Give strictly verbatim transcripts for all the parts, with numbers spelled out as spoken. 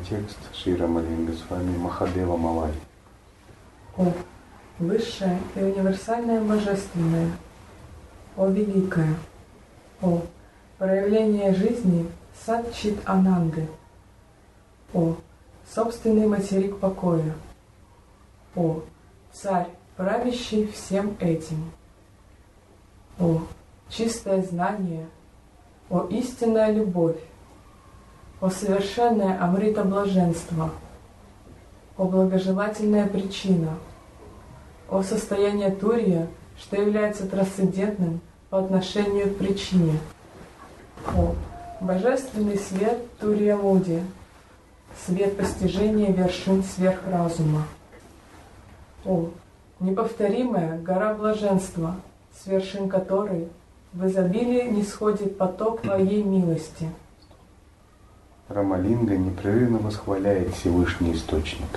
текст Шри Рамалинга с вами Махадева Малай. О, высшее и универсальное божественное, о великое, о проявление жизни Сат-Чит Ананды, о собственный материк покоя, о царь, правящий всем этим, о чистое знание, о истинная любовь, о совершенное амрита блаженство, о благожелательная причина, о состояние Турья, что является трансцендентным по отношению к причине, о божественный свет Турья Муди, свет постижения вершин сверхразума, о неповторимая гора блаженства, с вершин которой в изобилии нисходит поток Твоей милости. Рамалинга непрерывно восхваляет Всевышний Источник.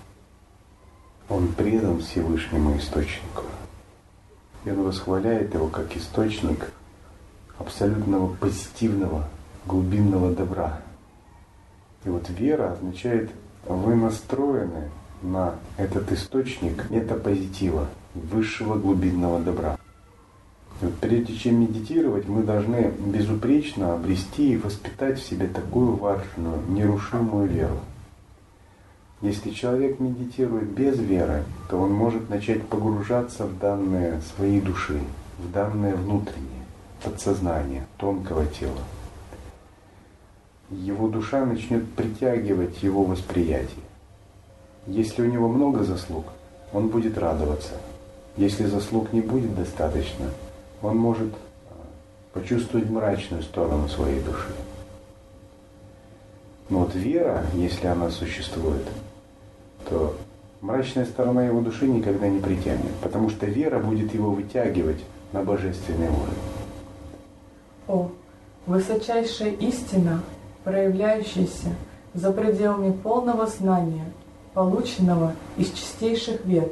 Он предан Всевышнему Источнику. И он восхваляет его как источник абсолютного позитивного, глубинного добра. И вот вера означает, вы настроены на этот источник метапозитива, высшего глубинного добра. И вот прежде чем медитировать, мы должны безупречно обрести и воспитать в себе такую важную, нерушимую веру. Если человек медитирует без веры, то он может начать погружаться в данные своей души, в данные внутренние, подсознание, тонкого тела. Его душа начнет притягивать его восприятие. Если у него много заслуг, он будет радоваться. Если заслуг не будет достаточно, он может почувствовать мрачную сторону своей души. Но вот вера, если она существует, то мрачная сторона его души никогда не притянет, потому что вера будет его вытягивать на божественный уровень. О, высочайшая истина, проявляющаяся за пределами полного знания, полученного из чистейших вед.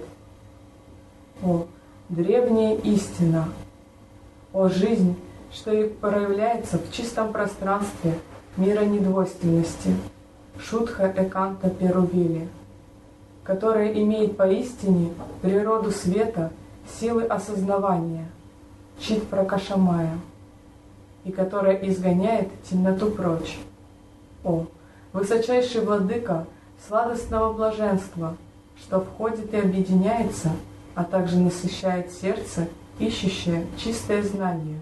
О, древняя истина, о жизнь, что и проявляется в чистом пространстве мира недвойственности, Шудха Эканта Перувили, которая имеет поистине природу света, силы осознавания, Чит Пракашамая, и которая изгоняет темноту прочь. О, высочайший владыка сладостного блаженства, что входит и объединяется, а также насыщает сердце, ищущее чистое знание.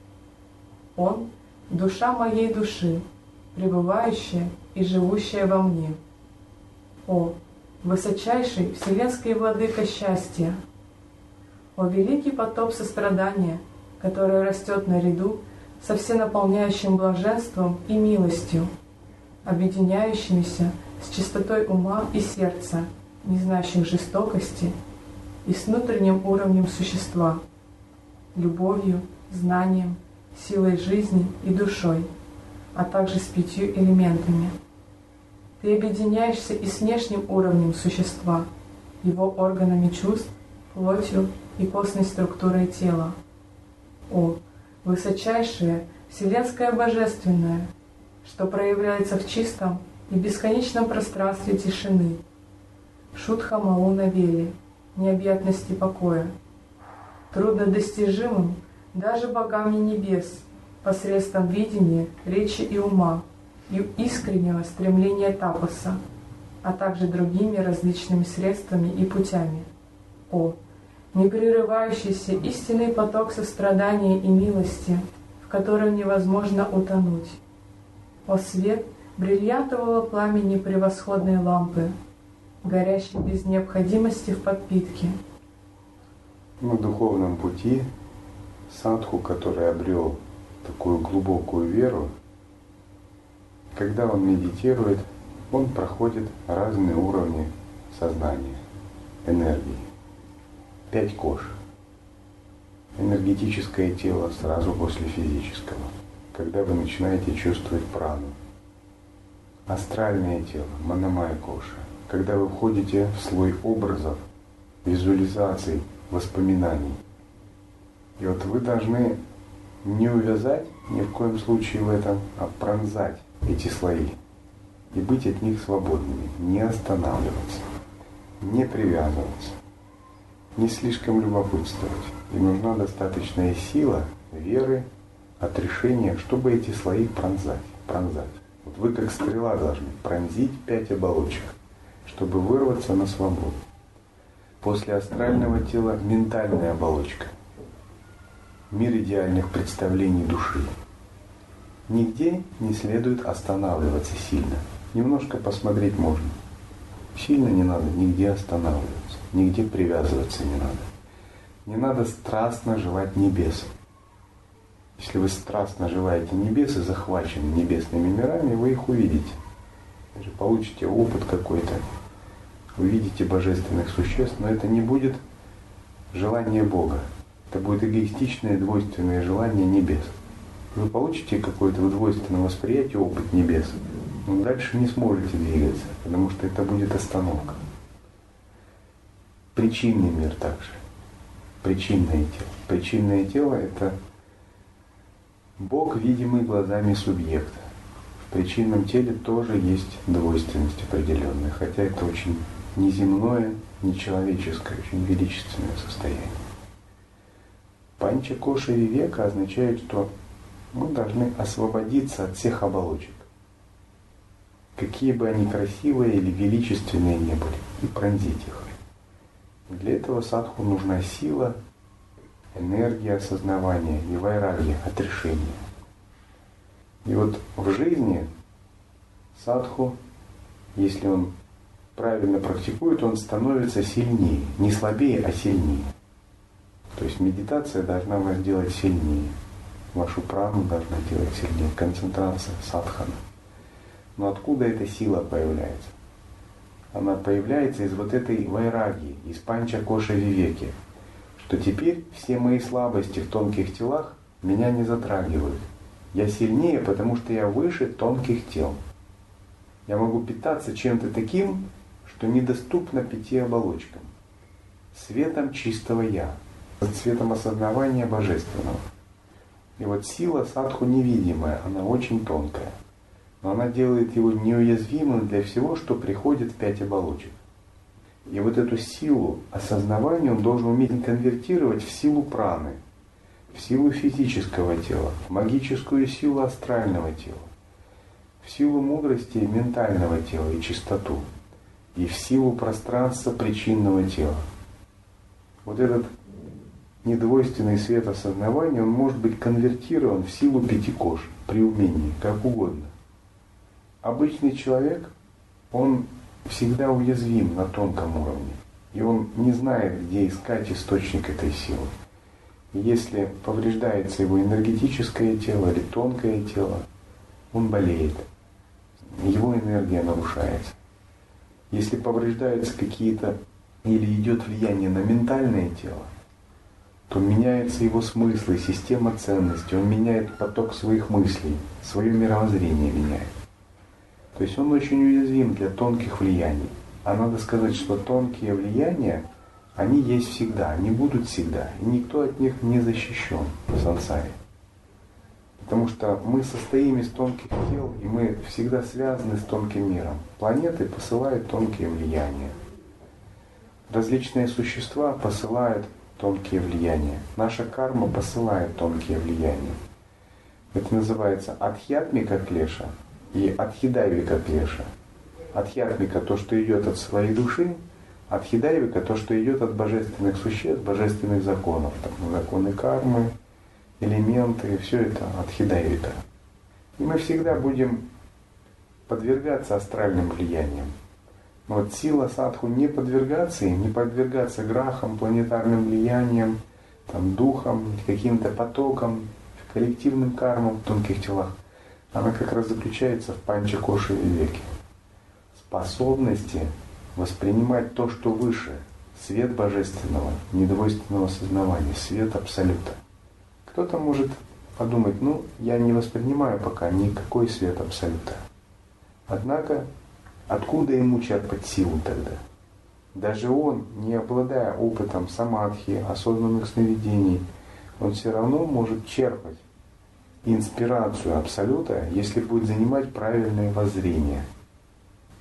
Он — душа моей души, пребывающая и живущая во мне. О, высочайший вселенский владыка счастья! О, великий потоп сострадания, который растет наряду со всенаполняющим блаженством и милостью, объединяющимися с чистотой ума и сердца, не знающих жестокости, и с внутренним уровнем существа, любовью, знанием, силой жизни и душой, а также с пятью элементами. Ты объединяешься и с внешним уровнем существа, его органами чувств, плотью и костной структурой тела. О, высочайшее вселенское божественное, что проявляется в чистом и бесконечном пространстве тишины, Шудха Мауна Вели, необъятности покоя, труднодостижимым даже богами небес посредством видения, речи и ума, и искреннего стремления тапаса, а также другими различными средствами и путями. О, непрерывающийся истинный поток сострадания и милости, в котором невозможно утонуть. О, свет бриллиантового пламени превосходной лампы, горящей без необходимости в подпитке. На духовном пути садху, который обрел такую глубокую веру, когда он медитирует, он проходит разные уровни сознания, энергии. Пять кож. Энергетическое тело сразу после физического, когда вы начинаете чувствовать прану. Астральное тело, манамая коша, когда вы входите в слой образов, визуализаций, воспоминаний. И вот вы должны не увязать ни в коем случае в этом, а пронзать эти слои. и быть от них свободными, не останавливаться, не привязываться, не слишком любопытствовать. И нужна достаточная сила, веры, отрешения, чтобы эти слои пронзать. пронзать. Вот вы как стрела должны пронзить пять оболочек, чтобы вырваться на свободу. После астрального тела ментальная оболочка. Мир идеальных представлений души. Нигде не следует останавливаться сильно. Немножко посмотреть можно. Сильно не надо нигде останавливаться, нигде привязываться не надо. Не надо страстно желать небес. Если вы страстно желаете небес и захвачены небесными мирами, вы их увидите. Вы же получите опыт какой-то, увидите божественных существ, но это не будет желание Бога. Это будет эгоистичное, двойственное желание небес. Вы получите какое-то двойственное восприятие, опыт небес, но дальше не сможете двигаться, потому что это будет остановка. Причинный мир также. Причинное тело. Причинное тело — это Бог, видимый глазами субъекта. В причинном теле тоже есть двойственность определенная, хотя это очень неземное, нечеловеческое, очень величественное состояние. Панчакоша вивека означает, что мы должны освободиться от всех оболочек, какие бы они красивые или величественные ни были, и пронзить их. Для этого садху нужна сила, энергия осознавания и вайрагья, отрешение. И вот в жизни садху, если он правильно практикует, он становится сильнее, не слабее, а сильнее. То есть медитация должна вас делать сильнее, вашу прану должна делать сильнее, концентрация, садхана. Но откуда эта сила появляется? Она появляется из вот этой вайрагьи, из панчакоша вивеки, что теперь все мои слабости в тонких телах меня не затрагивают. Я сильнее, потому что я выше тонких тел. Я могу питаться чем-то таким, что недоступно пяти оболочкам. Светом чистого Я, цветом осознавания божественного. И вот сила садху невидимая, она очень тонкая. Но она делает его неуязвимым для всего, что приходит в пять оболочек. И вот эту силу осознавания он должен уметь конвертировать в силу праны, в силу физического тела, в магическую силу астрального тела, в силу мудрости ментального тела и чистоту, и в силу пространства причинного тела. Вот этот недвойственный свет осознавания, он может быть конвертирован в силу пяти кож при умении, как угодно. Обычный человек, он всегда уязвим на тонком уровне, и он не знает, где искать источник этой силы. И если повреждается его энергетическое тело или тонкое тело, он болеет, его энергия нарушается. Если повреждаются какие-то или идет влияние на ментальное тело, то меняется его смысл и система ценностей, он меняет поток своих мыслей, свое мировоззрение меняет. То есть он очень уязвим для тонких влияний. А надо сказать, что тонкие влияния, они есть всегда, они будут всегда. И никто от них не защищен в сансаре. Потому что мы состоим из тонких тел, и мы всегда связаны с тонким миром. Планеты посылают тонкие влияния. Различные существа посылают тонкие влияния. Наша карма посылает тонкие влияния. Это называется адхьятмика клеша и адхидайвика клеша. Адхьятмика — то, что идет от своей души, адхидайвика — то, что идет от божественных существ, божественных законов. Там, законы кармы, элементы, все это адхидайвика. И мы всегда будем подвергаться астральным влияниям. Но вот сила садху не подвергаться им, не подвергаться грахам, планетарным влияниям, там, духам, каким-то потокам, коллективным кармам в тонких телах, она как раз заключается в панчакоша вивеке. Способности воспринимать то, что выше, свет божественного, недвойственного сознавания, свет абсолюта. Кто-то может подумать, ну, я не воспринимаю пока никакой свет абсолюта. Однако, откуда ему черпать силу тогда? Даже он, не обладая опытом самадхи, осознанных сновидений, он все равно может черпать инспирацию абсолюта, если будет занимать правильное воззрение.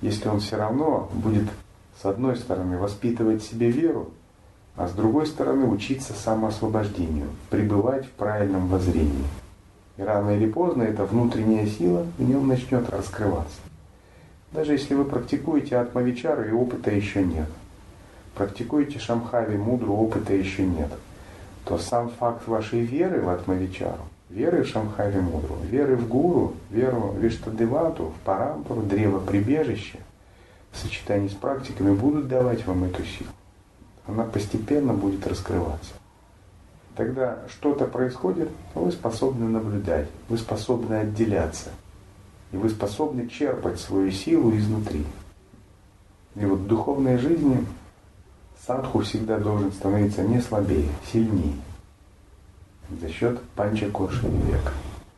если он все равно будет, с одной стороны, воспитывать в себе веру, а с другой стороны, учиться самоосвобождению, пребывать в правильном воззрении. И рано или поздно эта внутренняя сила в нем начнет раскрываться. Даже если вы практикуете атмавичару и опыта еще нет, практикуете шамхави мудру, опыта еще нет, то сам факт вашей веры в атмавичару, веры в шамхави мудру, веры в гуру, веру в Иштадевату, в парампару, древо прибежище, в сочетании с практиками будут давать вам эту силу. Она постепенно будет раскрываться. Тогда что-то происходит, вы способны наблюдать, вы способны отделяться, и вы способны черпать свою силу изнутри. И вот в духовной жизни садху всегда должен становиться не слабее, сильнее, за счет панчакоши вивека.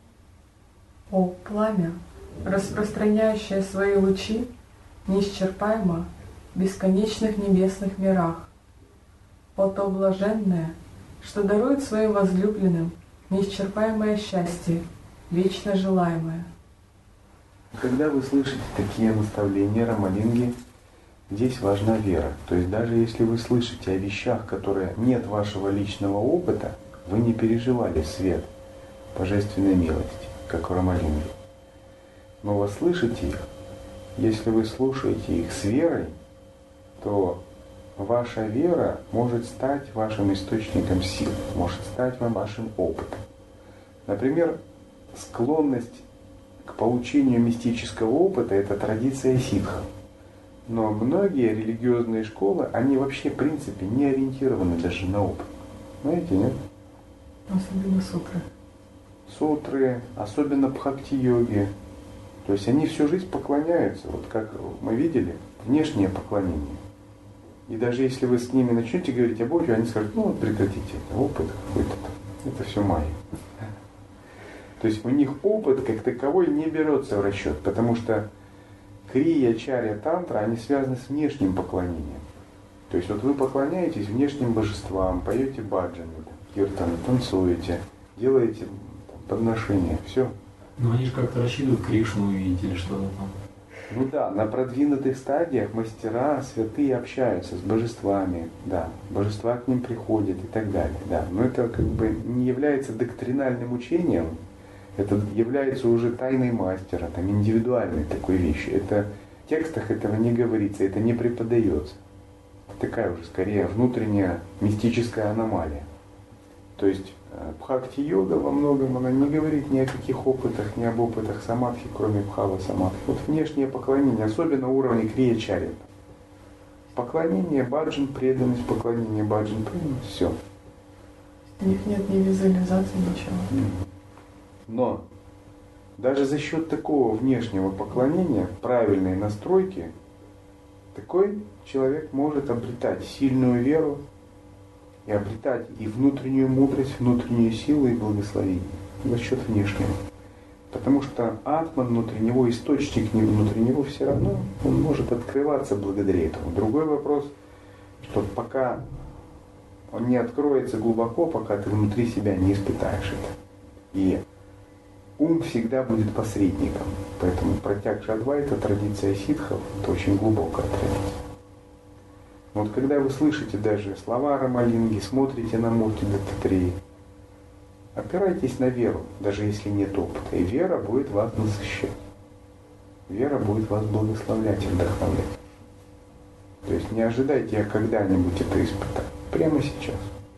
О, пламя, распространяющее свои лучи неисчерпаемо в бесконечных небесных мирах. О, то блаженное, что дарует своим возлюбленным неисчерпаемое счастье, вечно желаемое. Когда вы слышите такие наставления Рамалинги, здесь важна вера. То есть даже если вы слышите о вещах, которые нет вашего личного опыта, вы не переживали свет божественной милости, как в Рамалинге. Но вы слышите их, если вы слушаете их с верой, то ваша вера может стать вашим источником сил, может стать вам вашим опытом. Например, склонность к получению мистического опыта – это традиция ситхов. Но многие религиозные школы, они вообще в принципе не ориентированы даже на опыт. Знаете, нет? Особенно сутры. Сутры, особенно бхакти-йоги. То есть они всю жизнь поклоняются, вот как мы видели, внешнее поклонение. И даже если вы с ними начнете говорить о Боге, они скажут, ну вот прекратите, это опыт какой-то, это все майя. То есть у них опыт как таковой не берется в расчет, потому что крия, чарья, тантра, они связаны с внешним поклонением. То есть вот вы поклоняетесь внешним божествам, поете баджаны, киртаны, танцуете, делаете там, подношения, все. Но они же как-то рассчитывают Кришну увидеть или что-то там. Ну да, на продвинутых стадиях мастера, святые общаются с божествами, да, божества к ним приходят и так далее, да. Но это как бы не является доктринальным учением, это является уже тайной мастера, там индивидуальной такой вещью. Это в текстах этого не говорится, это не преподается. Такая уже скорее внутренняя мистическая аномалия. То есть бхакти-йога во многом она не говорит ни о каких опытах, ни об опытах самадхи, кроме бхава самадхи. Вот внешнее поклонение, особенно уровень крия-чарья. Поклонение, баджан, преданность, поклонение, баджан, преданность, все. У них нет ни визуализации, ничего. Но даже за счет такого внешнего поклонения, правильной настройки, такой человек может обретать сильную веру и обретать и внутреннюю мудрость, внутреннюю силу и благословение за счет внешнего. Потому что атман внутри него, источник внутри него все равно, он может открываться благодаря этому. Другой вопрос, что пока он не откроется глубоко, пока ты внутри себя не испытаешь это. И ум всегда будет посредником. Поэтому протягша адвайта, традиция ситхов, это очень глубокая традиция. Вот когда вы слышите даже слова Рамалинги, смотрите на Мурти Даттатреи, опирайтесь на веру, даже если нет опыта. И вера будет вас насыщать. Вера будет вас благословлять и вдохновлять. То есть не ожидайте, я когда-нибудь это испытаю. Прямо сейчас.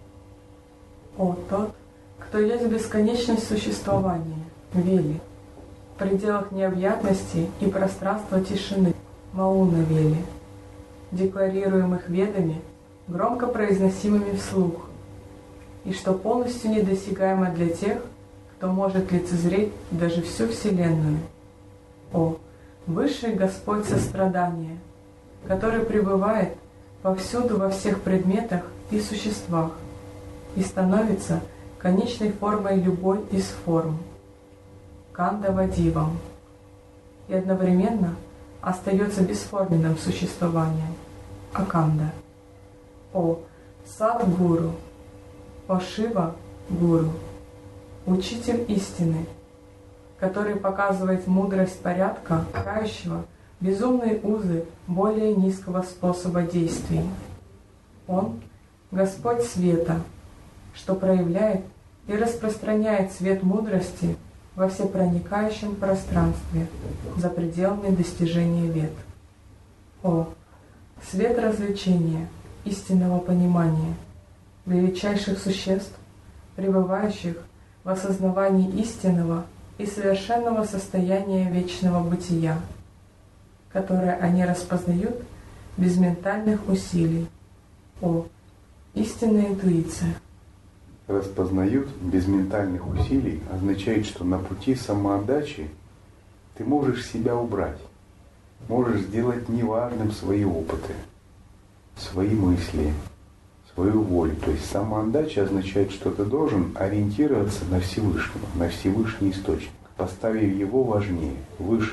О, тот, кто есть бесконечность существования, Вели, в пределах необъятности и пространства тишины, Мауна Вели, декларируемых ведами, громко произносимыми вслух, и что полностью недосягаемо для тех, кто может лицезреть даже всю Вселенную. О, Высший Господь сострадания, который пребывает повсюду во всех предметах и существах и становится конечной формой любой из форм, Кандава Дивам, и одновременно остается бесформенным существованием, Аканда. О Садгуру, о Шива Гуру, учитель истины, который показывает мудрость порядка, кающего безумные узы более низкого способа действий. Он — Господь света, что проявляет и распространяет свет мудрости во всепроникающем пространстве за пределами достижения вет. О, свет развлечения, истинного понимания, величайших существ, пребывающих в осознавании истинного и совершенного состояния вечного бытия, которое они распознают без ментальных усилий. О, истинная интуиция. Распознают без ментальных усилий означает, что на пути самоотдачи ты можешь себя убрать, можешь сделать неважным свои опыты, свои мысли, свою волю. То есть самоотдача означает, что ты должен ориентироваться на Всевышнего, на Всевышний источник, поставив его важнее, выше,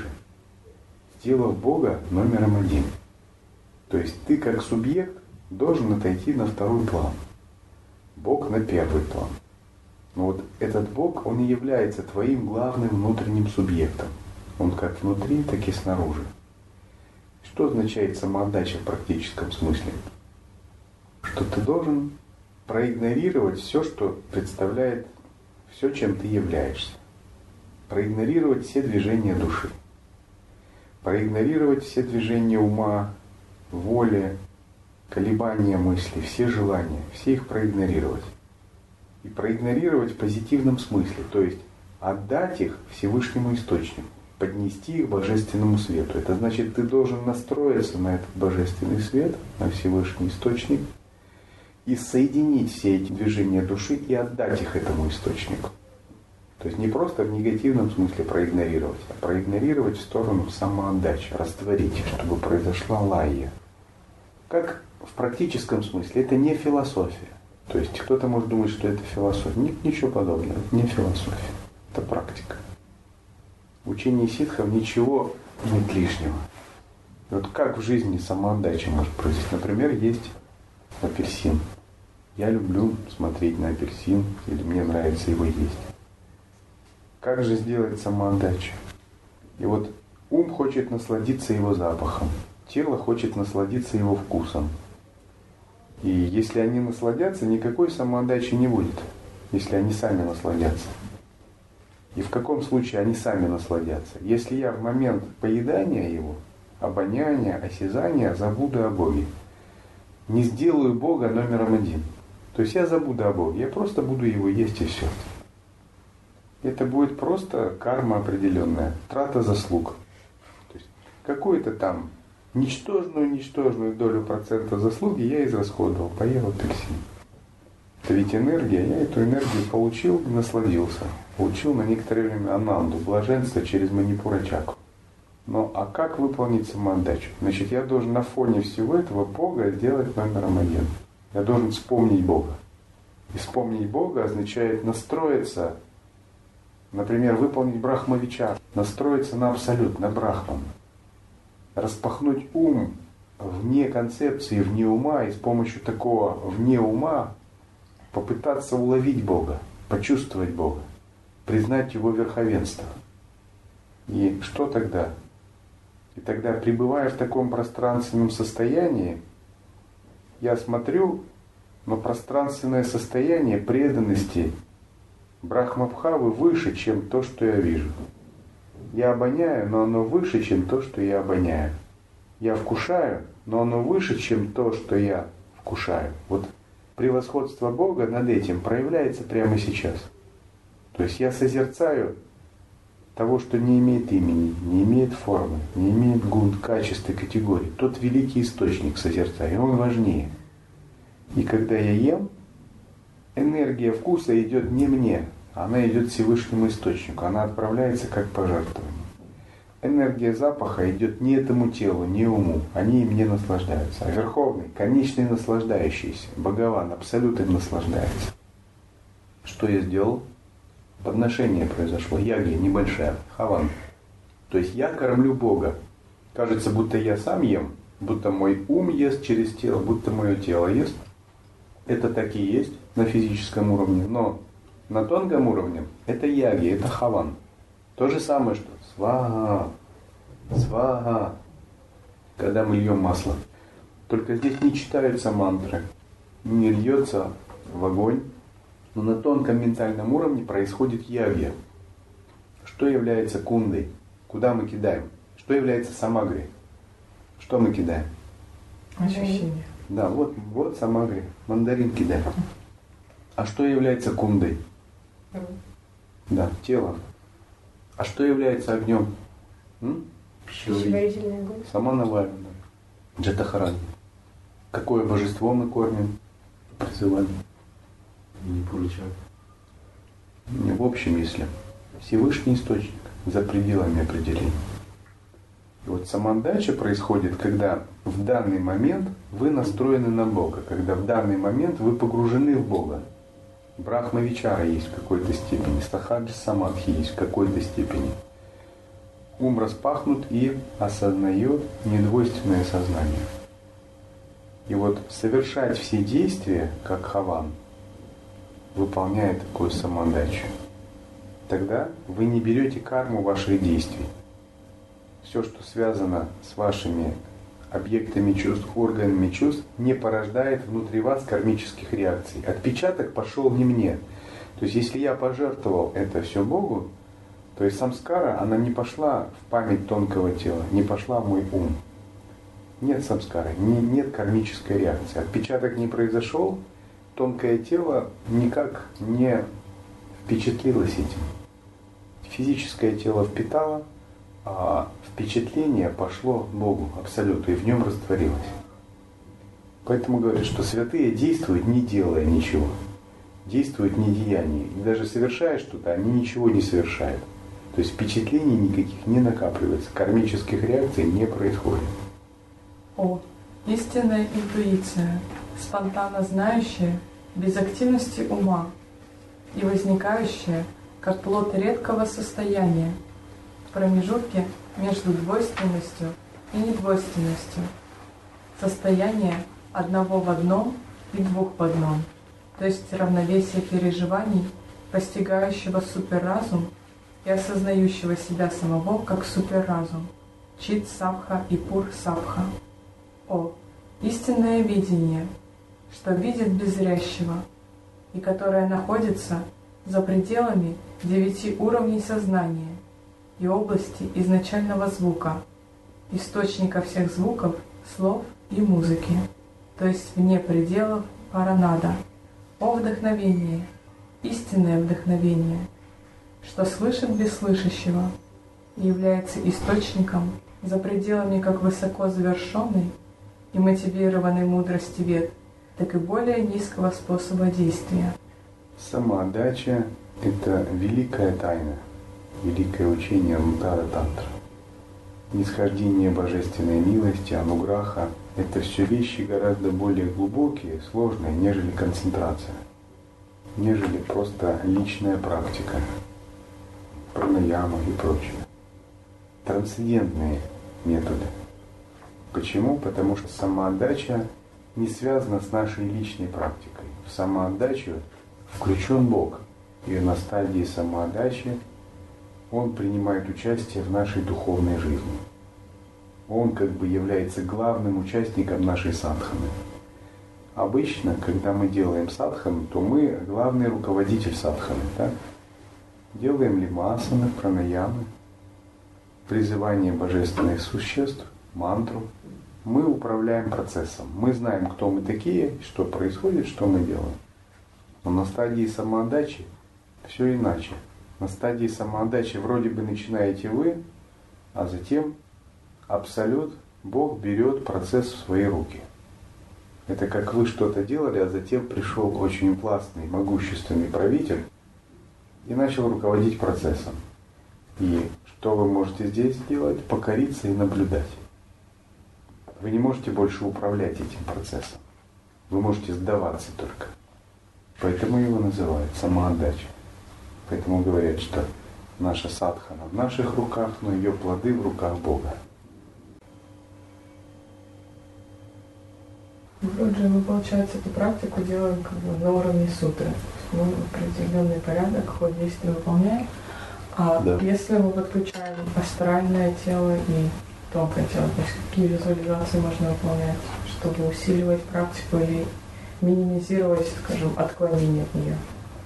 сделав Бога номером один. То есть ты как субъект должен отойти на второй план. Бог на первый план. Но вот этот Бог, он и является твоим главным внутренним субъектом. Он как внутри, так и снаружи. Что означает самоотдача в практическом смысле? Что ты должен проигнорировать все, что представляет все, чем ты являешься. Проигнорировать все движения души. Проигнорировать все движения ума, воли, колебания мысли, все желания, все их проигнорировать. И проигнорировать в позитивном смысле, то есть отдать их Всевышнему Источнику, поднести их Божественному Свету. Это значит, ты должен настроиться на этот Божественный Свет, на Всевышний Источник, и соединить все эти движения души и отдать их этому Источнику. То есть не просто в негативном смысле проигнорировать, а проигнорировать в сторону самоотдачи, растворить, чтобы произошла лайя. Как в практическом смысле, это не философия. То есть кто-то может думать, что это философия. Нет, ничего подобного. Это не философия. Это практика. В учении ситхов ничего нет лишнего. Вот как в жизни самоотдача может произойти? Например, есть апельсин. Я люблю смотреть на апельсин, или мне нравится его есть. Как же сделать самоотдачу? И вот ум хочет насладиться его запахом. Тело хочет насладиться его вкусом. И если они насладятся, никакой самоотдачи не будет, если они сами насладятся. И в каком случае они сами насладятся? Если я в момент поедания его, обоняния, осязания забуду о Боге. Не сделаю Бога номером один. То есть я забуду о Боге, я просто буду его есть и все. Это будет просто карма определенная, трата заслуг. То есть какую-то там ничтожную-ничтожную долю процента заслуги я израсходовал, поел апельсин. Это ведь энергия, я эту энергию получил и насладился. Получил на некоторое время ананду, блаженство через манипура-чакру. Но а как выполнить самоотдачу? Значит, я должен на фоне всего этого Бога сделать номером один. Я должен вспомнить Бога. И вспомнить Бога означает настроиться, например, выполнить брахмавичар, настроиться на абсолют, на брахман. Распахнуть ум вне концепции, вне ума, и с помощью такого вне ума попытаться уловить Бога, почувствовать Бога, признать Его верховенство. И что тогда? И тогда, пребывая в таком пространственном состоянии, я смотрю на пространственное состояние преданности Брахмабхавы выше, чем то, что я вижу. Я обоняю, но оно выше, чем то, что я обоняю. Я вкушаю, но оно выше, чем то, что я вкушаю. Вот превосходство Бога над этим проявляется прямо сейчас. То есть я созерцаю того, что не имеет имени, не имеет формы, не имеет гун, качеств и категорий. Тот великий источник созерцаю, и он важнее. И когда я ем, энергия вкуса идет не мне, она идет Всевышнему Источнику, она отправляется как пожертвование. Энергия запаха идет не этому телу, не уму, они им не наслаждаются. А Верховный, конечный наслаждающийся, Бхагаван, абсолютно им наслаждается. Что я сделал? Подношение произошло, яги небольшая, хаван. То есть я кормлю Бога. Кажется, будто я сам ем, будто мой ум ест через тело, будто мое тело ест. Это так и есть на физическом уровне, но на тонком уровне это яги, это хаван. То же самое, что свага, свага. когда мы льем масло. Только здесь не читаются мантры, не льется в огонь, но на тонком ментальном уровне происходит ягья. Что является кундой? Куда мы кидаем? Что является самагри? Что мы кидаем? Ощущение. Да, вот, вот самагри. Мандарин кидаем. А что является кундой? Да, тело. А что является огнем? М? Пищеварительный огонь. Сама Наварина. Джатахарани. Какое божество мы кормим? Призываем. Не Пуричак. Не в общем, если Всевышний источник за пределами определения. И вот самоотдача происходит, когда в данный момент вы настроены на Бога, когда в данный момент вы погружены в Бога. Брахма-вичара есть в какой-то степени, стахаджа самадхи есть в какой-то степени. Ум распахнут и осознает недвойственное сознание. И вот совершать все действия, как хаван, выполняя такую самоотдачу, тогда вы не берете карму ваших действий. Все, что связано с вашими объектами чувств, органами чувств, не порождает внутри вас кармических реакций. Отпечаток пошел не мне. То есть, если я пожертвовал это все Богу, то есть самскара, она не пошла в память тонкого тела, не пошла в мой ум. Нет самскары, не, нет кармической реакции. Отпечаток не произошел, тонкое тело никак не впечатлилось этим. Физическое тело впитало, а впечатление пошло Богу, Абсолюту, и в нем растворилось. Поэтому говорят, что святые действуют, не делая ничего. Действуют не деяния. И даже совершая что-то, они ничего не совершают. То есть впечатлений никаких не накапливается, кармических реакций не происходит. О, истинная интуиция, спонтанно знающая, без активности ума и возникающая, как плод редкого состояния, в промежутке между двойственностью и недвойственностью, состояние одного в одном и двух в одном, то есть равновесие переживаний, постигающего суперразум и осознающего себя самого как суперразум, чит сабха и пур сабха. О, истинное видение, что видит беззрящего, и которое находится за пределами девяти уровней сознания и области изначального звука, источника всех звуков, слов и музыки, то есть вне пределов паранада. О вдохновение, истинное вдохновение, что слышит без слышащего и является источником за пределами как высоко завершенной и мотивированной мудрости вед, так и более низкого способа действия. Самоотдача – это великая тайна, великое учение Анутара Тантра. Нисхождение божественной милости, ануграха – это все вещи гораздо более глубокие, сложные, нежели концентрация, нежели просто личная практика, пранаяма и прочее. Трансцендентные методы. Почему? Потому что самоотдача не связана с нашей личной практикой. В самоотдачу включен Бог. И на стадии самоотдачи Он принимает участие в нашей духовной жизни. Он как бы является главным участником нашей садханы. Обычно, когда мы делаем садхану, то мы главный руководитель садханы. Так? Делаем лимасаны, пранаямы, призывание божественных существ, мантру. Мы управляем процессом. Мы знаем, кто мы такие, что происходит, что мы делаем. Но на стадии самоотдачи все иначе. На стадии самоотдачи вроде бы начинаете вы, а затем Абсолют, Бог берет процесс в свои руки. Это как вы что-то делали, а затем пришел очень властный, могущественный правитель и начал руководить процессом. И что вы можете здесь сделать? Покориться и наблюдать. Вы не можете больше управлять этим процессом. Вы можете сдаваться только. Поэтому его называют самоотдача. Поэтому говорят, что наша садхана в наших руках, но ее плоды в руках Бога. Отже, мы, получается, эту практику делаем как бы на уровне сутры. Мы определенный порядок, ход действия выполняем. А да. если мы подключаем астральное тело и тонкое тело. То есть какие визуализации можно выполнять, чтобы усиливать практику или минимизировать, скажем, отклонение от нее.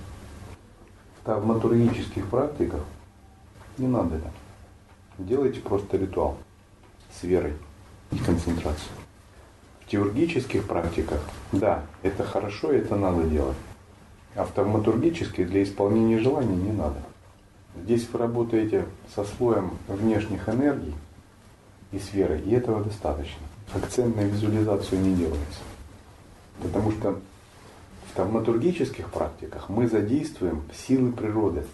В тавматургических практиках не надо это. Делайте просто ритуал с верой и концентрацией. В теургических практиках, да, это хорошо, это надо делать. А в тавматургических для исполнения желаний не надо. Здесь вы работаете со слоем внешних энергий и с верой, и этого достаточно. Акцент на визуализацию не делается. Потому что в тавматургических практиках мы задействуем силы природы.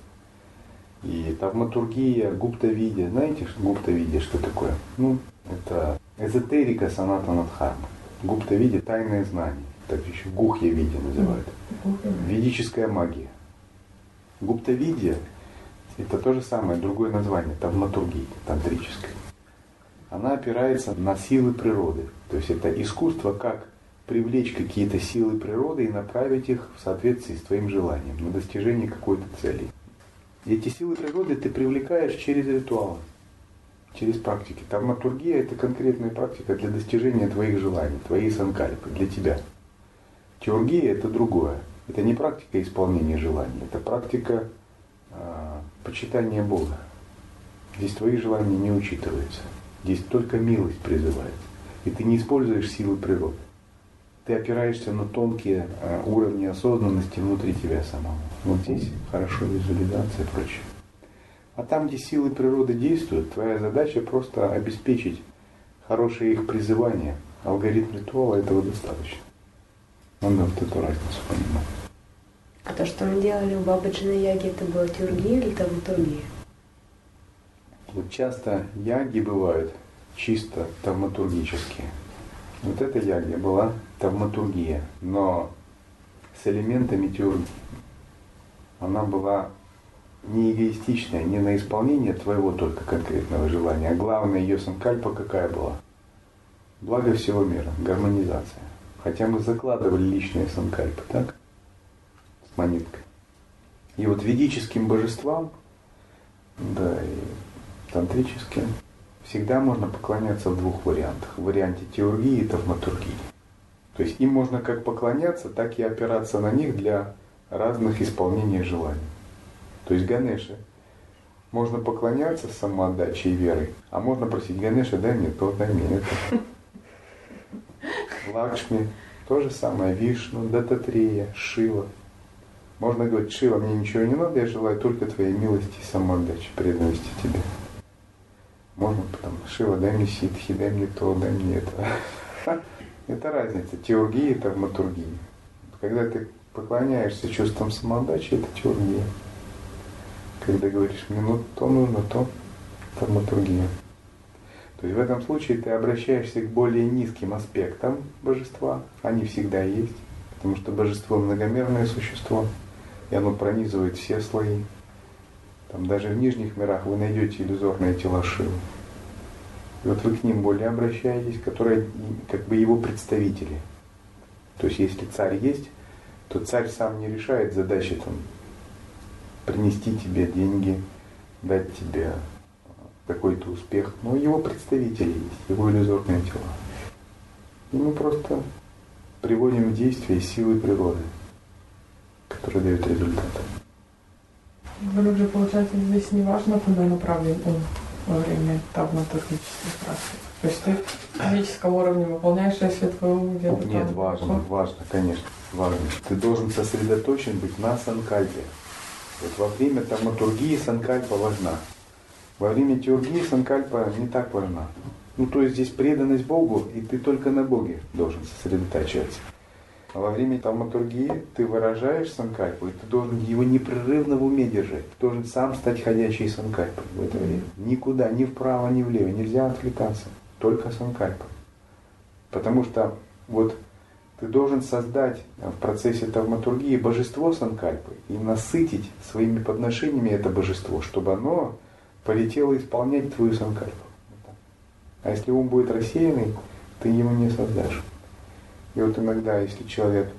И тавматургия, гуптавидия, знаете, гуптавидия что такое? Ну, это эзотерика санатана дхармы. Гуптавидия — тайное знание. Так еще гухья-видия называют. Ведическая магия. Гуптавидия — это то же самое, другое название, тавматургии тантрической. Она опирается на силы природы. То есть это искусство, как привлечь какие-то силы природы и направить их в соответствии с твоим желанием, на достижение какой-то цели. И эти силы природы ты привлекаешь через ритуалы, через практики. Тавматургия — это конкретная практика для достижения твоих желаний, твоей санкальпы, для тебя. Теургия — это другое. Это не практика исполнения желаний, это практика э, почитания Бога. Здесь твои желания не учитываются. Здесь только милость призывается. И ты не используешь силы природы. Ты опираешься на тонкие э, уровни осознанности внутри тебя самого. Вот здесь хорошо визуализация и прочее. А там, где силы природы действуют, твоя задача просто обеспечить хорошее их призывание. Алгоритм ритуала этого достаточно. Надо вот эту разницу понимать. А то, что мы делали у Бабаджи на яге, это была теургия или тавматургия? Вот часто яги бывают чисто тавматургические. Вот эта ягья была тавматургия, но с элементами теургии. Она была не эгоистичная, не на исполнение твоего только конкретного желания, а главная ее санкальпа какая была? Благо всего мира, гармонизация. Хотя мы закладывали личные санкальпы, так? С монеткой. И вот ведическим божествам, да, и тантрическим, всегда можно поклоняться в двух вариантах. В варианте теургии и тавматургии. То есть им можно как поклоняться, так и опираться на них для разных исполнений желаний. То есть Ганеше можно поклоняться с самоотдачей и верой, а можно просить: Ганеша, дай мне то, дай мне это. Лакшми, то же самое, Вишну, Дататрея, Шива. Можно говорить: Шива, мне ничего не надо, я желаю только твоей милости и самоотдачи, преданности тебе. Можно потом: Шива, дай мне ситхи, дай мне то, дай мне это. Это разница теургии и тавматургии. Когда ты поклоняешься чувством самоотдачи, это теургия. Когда говоришь: мне ну, то нужно, то тавматургия. То есть в этом случае ты обращаешься к более низким аспектам божества. Они всегда есть, потому что божество многомерное существо, и оно пронизывает все слои. Там даже в нижних мирах вы найдете иллюзорные тела Шивы. И вот вы к ним более обращаетесь, которые как бы его представители. То есть если царь есть, то царь сам не решает задачи там принести тебе деньги, дать тебе какой-то успех. Но его представители есть, его иллюзорные тела. И мы просто приводим в действие силы природы, которые дают результат. Вроде получается, здесь не важно, куда направлен ум во время тавматургических практик. То есть ты на физическом уровне выполняешь, если твой ум где-то там. Нет, важно, пошел. важно, конечно, важно. Ты должен сосредоточен быть на санкальпе. Вот во время тавматургии санкальпа важна. Во время теургии санкальпа не так важна. Ну, то есть здесь преданность Богу, и ты только на Боге должен сосредотачиваться. А во время тавматургии ты выражаешь санкальпу, и ты должен его непрерывно в уме держать. Ты должен сам стать ходячей санкальпой в это время. Никуда, ни вправо, ни влево. Нельзя отвлекаться. Только санкальпа. Потому что вот ты должен создать в процессе тавматургии божество санкальпы и насытить своими подношениями это божество, чтобы оно полетело исполнять твою санкальпу. А если ум будет рассеянный, ты его не создашь. И вот иногда, если человек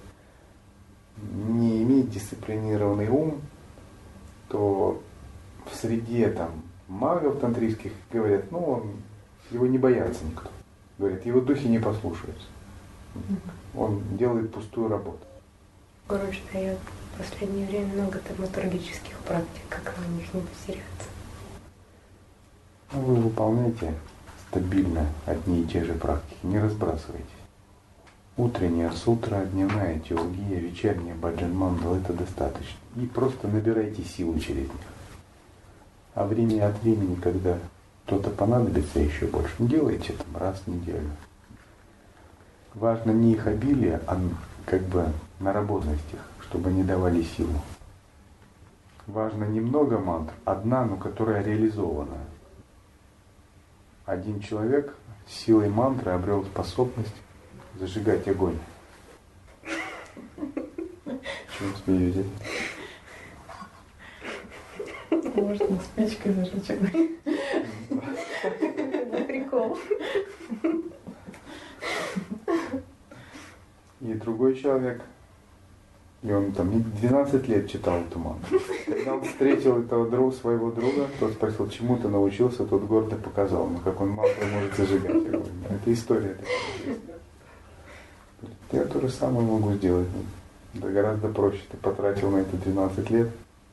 не имеет дисциплинированный ум, то в среде там магов тантрийских говорят: ну он Его не боятся никто. Говорят, его духи не послушаются. Он делает пустую работу. Гуруджи дает в последнее время много драматургических практик, как на них не потеряться. Ну, вы выполняете стабильно одни и те же практики, не разбрасывайтесь. Утренняя сутра, дневная теургия, вечерняя баджан мандала — это достаточно. И просто набирайте силу через них. А время от времени, когда кто-то понадобится еще больше, делайте там раз в неделю. Важно не их обилие, а как бы наработанность их, чтобы они давали силу. Важно немного мантр, одна, но которая реализована. Один человек с силой мантры обрел способность зажигать огонь. Чего смеетесь? Можно спичкой зажечь огонь. Это прикол. И другой человек, и он там двенадцать лет читал эту мантру. Когда он встретил этого друга, своего друга, тот спросил, чему ты научился, тот гордо показал ему, как он мантру может зажигать огонь. Это история такая. Я то же самое могу сделать. Да гораздо проще. Ты потратил на это двенадцать лет.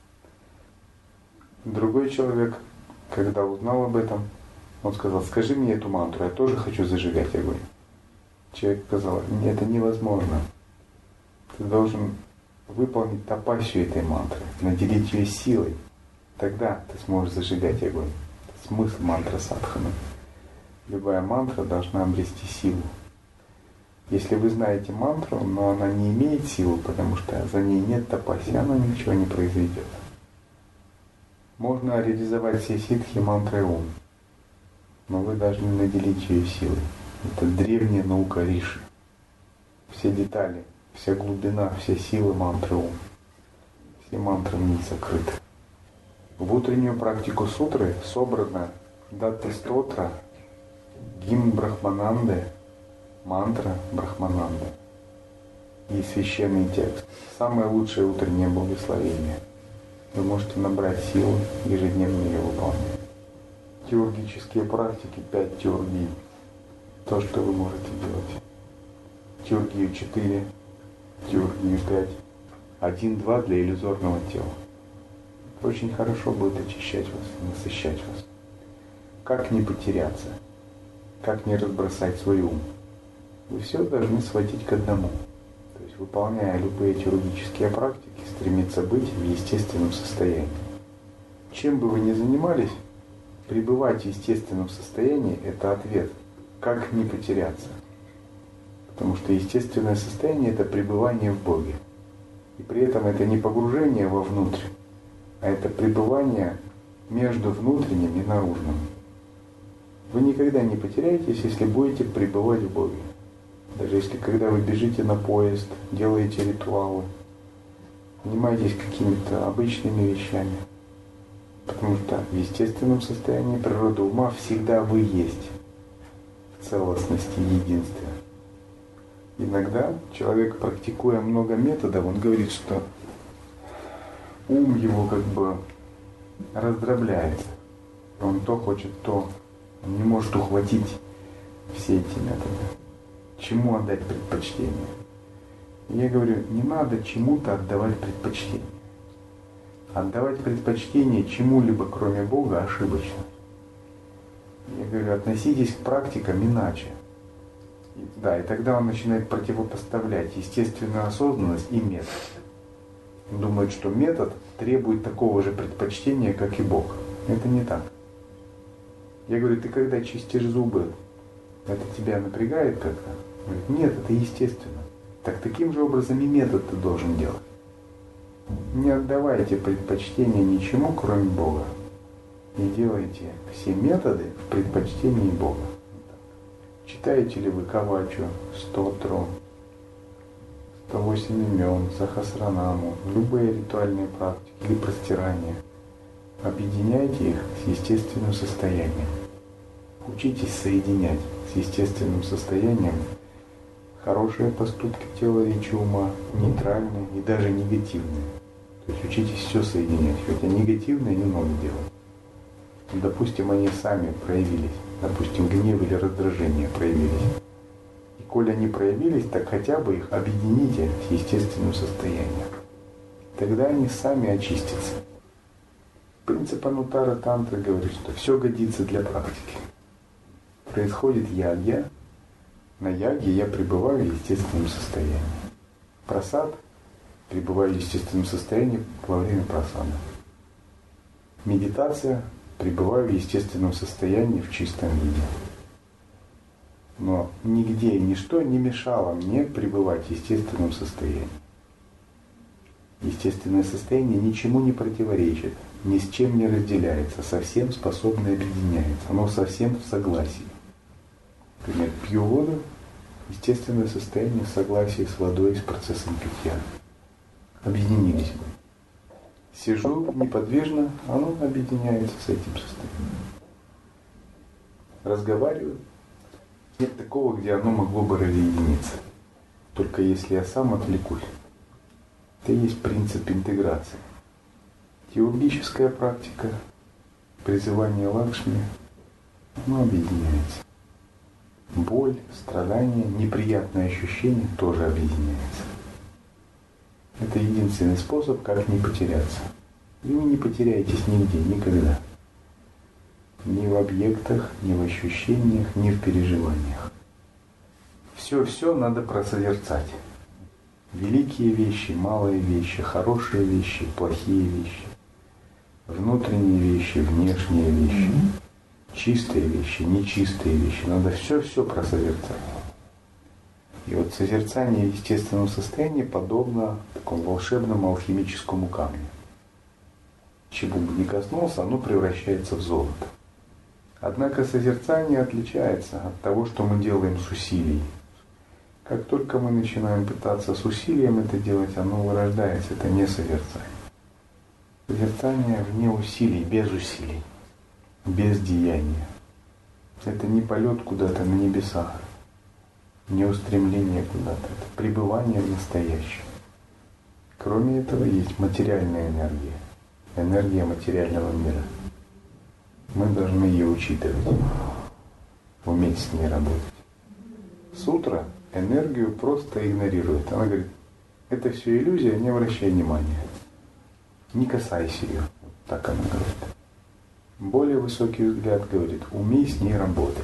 Другой человек, когда узнал об этом, он сказал, скажи мне эту мантру, я тоже хочу зажигать огонь. Человек сказал, нет, это невозможно. Ты должен выполнить тапасию этой мантры, наделить ее силой. Тогда ты сможешь зажигать огонь. Это смысл мантры садханы. Любая мантра должна обрести силу. Если вы знаете мантру, но она не имеет силы, потому что за ней нет тапаси, она ничего не произведет. Можно реализовать все ситхи мантрой Ом, но вы должны наделить ее силой. Это древняя наука Риши. Все детали, вся глубина, все силы мантры Ом. Все мантры в ней сокрыты. В утреннюю практику сутры собрана датта стотра, гимн Брахмананды, мантра Брахмананды и священный текст. Самое лучшее утреннее благословение. Вы можете набрать силу, ежедневно ее выполнять. Теургические практики, пять теургий. То, что вы можете делать. Теургию четыре, теургию пять, один-два для иллюзорного тела. Это очень хорошо будет очищать вас, насыщать вас. Как не потеряться? Как не разбросать свой ум? Вы все должны сводить к одному. То есть, выполняя любые теургические практики, стремиться быть в естественном состоянии. Чем бы вы ни занимались, пребывать в естественном состоянии – это ответ. Как не потеряться? Потому что естественное состояние – это пребывание в Боге. И при этом это не погружение вовнутрь, а это пребывание между внутренним и наружным. Вы никогда не потеряетесь, если будете пребывать в Боге. Даже если когда вы бежите на поезд, делаете ритуалы, занимаетесь какими-то обычными вещами. Потому что в естественном состоянии природы ума всегда вы есть в целостности и единстве. Иногда человек, практикуя много методов, он говорит, что ум его как бы раздробляется. Он то хочет, то он не может ухватить все эти методы. Чему отдать предпочтение? Я говорю, не надо чему-то отдавать предпочтение. Отдавать предпочтение чему-либо, кроме Бога, ошибочно. Я говорю, относитесь к практикам иначе. И, да, и тогда он начинает противопоставлять естественную осознанность и метод. Он думает, что метод требует такого же предпочтения, как и Бог. Это не так. Я говорю, ты когда чистишь зубы, это тебя напрягает как-то? Он говорит, нет, это естественно. Так таким же образом и метод ты должен делать. Не отдавайте предпочтение ничему, кроме Бога. И делайте все методы в предпочтении Бога. Читаете ли вы Кавачу, Стотру, сто восемь имен, Сахасранаму, любые ритуальные практики или простирания? Объединяйте их с естественным состоянием. Учитесь соединять с естественным состоянием хорошие поступки тела, речи, ума, нейтральные и даже негативные. То есть учитесь все соединять, хотя негативные не надо делать. Допустим, они сами проявились. допустим, гнев или раздражение проявились. И коли они проявились, так хотя бы их объедините с естественным состоянием. Тогда они сами очистятся. Принцип Анутара Тантры говорит, что все годится для практики. Происходит ягья, на яге я пребываю в естественном состоянии. Прасад, пребываю в естественном состоянии во время прасада. Медитация, пребываю в естественном состоянии в чистом виде. Но нигде ничто не мешало мне пребывать в естественном состоянии. Естественное состояние ничему не противоречит, ни с чем не разделяется, совсем способно объединяется, оно совсем в согласии. Например, пью воду, естественное состояние в согласии с водой, с процессом питья. Объединились мы. Сижу неподвижно, оно объединяется с этим состоянием. Разговариваю. Нет такого, где оно могло бы разъединиться. Только если я сам отвлекусь. Это и есть принцип интеграции. Теологическая практика, призывание Лакшми, оно объединяется. Боль, страдания, неприятные ощущения тоже объединяются. Это единственный способ, как не потеряться. И вы не потеряетесь нигде, никогда. Ни в объектах, ни в ощущениях, ни в переживаниях. Все-все надо просозерцать. Великие вещи, малые вещи, хорошие вещи, плохие вещи. Внутренние вещи, внешние вещи. Чистые вещи, нечистые вещи. Надо все-все просозерцать. И вот созерцание в естественном состоянии подобно такому волшебному алхимическому камню. Чего бы ни коснулся, оно превращается в золото. Однако созерцание отличается от того, что мы делаем с усилий. Как только мы начинаем пытаться с усилием это делать, оно вырождается. Это не созерцание. Созерцание вне усилий, без усилий, без деяния. Это не полет куда-то на небесах, не устремление куда-то. Это пребывание в настоящем. Кроме этого есть материальная энергия. Энергия материального мира. Мы должны ее учитывать, уметь с ней работать. Сутра энергию просто игнорирует. Она говорит, это все иллюзия, не обращай внимания. Не касайся ее. Так она говорит. Более высокий взгляд говорит, умей с ней работать.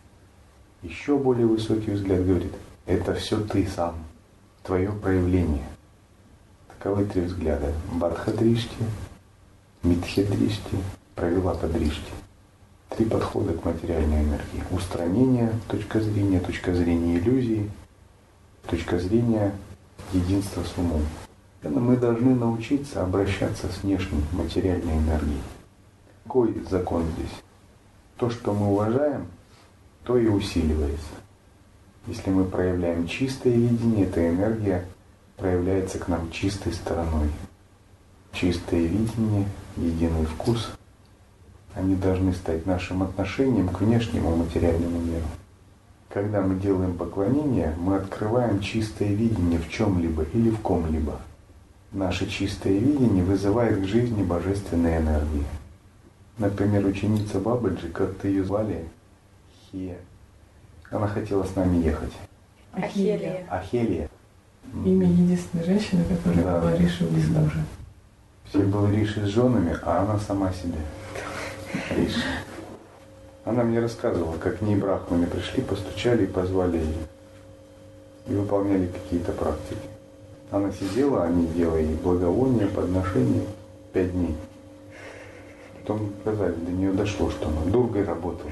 Еще более высокий взгляд говорит, это все ты сам, твое проявление. Таковы три взгляда. Бадхадришти, Митхядришти, Правилападришти. Три подхода к материальной энергии. Устранение, точка зрения, точка зрения иллюзии, точка зрения единства с умом. Мы должны научиться обращаться с внешней материальной энергией. Какой закон здесь? То, что мы уважаем, то и усиливается. Если мы проявляем чистое видение, эта энергия проявляется к нам чистой стороной. Чистое видение, единый вкус, они должны стать нашим отношением к внешнему материальному миру. Когда мы делаем поклонение, мы открываем чистое видение в чем-либо или в ком-либо. Наше чистое видение вызывает к жизни божественные энергии. Например, ученица Бабаджи, как-то ее звали Хе. Она хотела с нами ехать. Ахелия. Ахелия. Имя единственной женщины, которая Да. была Риши без мужа. Все были Риши с женами, а она сама себе. Риши. Она мне рассказывала, как к ней брахманы пришли, постучали и позвали ее. И выполняли какие-то практики. Она сидела, они делали благовония, подношения пять дней. Потом сказали, до нее дошло, что она Дургой работала.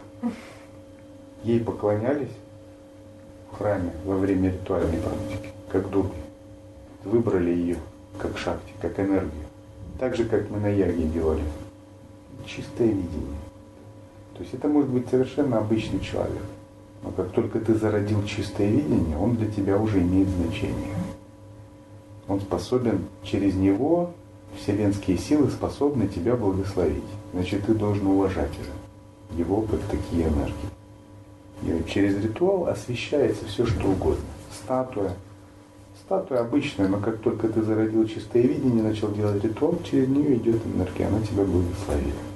Ей поклонялись в храме во время ритуальной практики, как Дурге. Выбрали ее как шакти, как энергию. Так же, как мы на яге делали. Чистое видение. То есть это может быть совершенно обычный человек. Но как только ты зародил чистое видение, он для тебя уже имеет значение. Он способен, через него вселенские силы способны тебя благословить. Значит, ты должен уважать его как такие энергии. И вот через ритуал освещается все, что угодно. Статуя. Статуя обычная, но как только ты зародил чистое видение, начал делать ритуал, через нее идет энергия, она тебя благословит.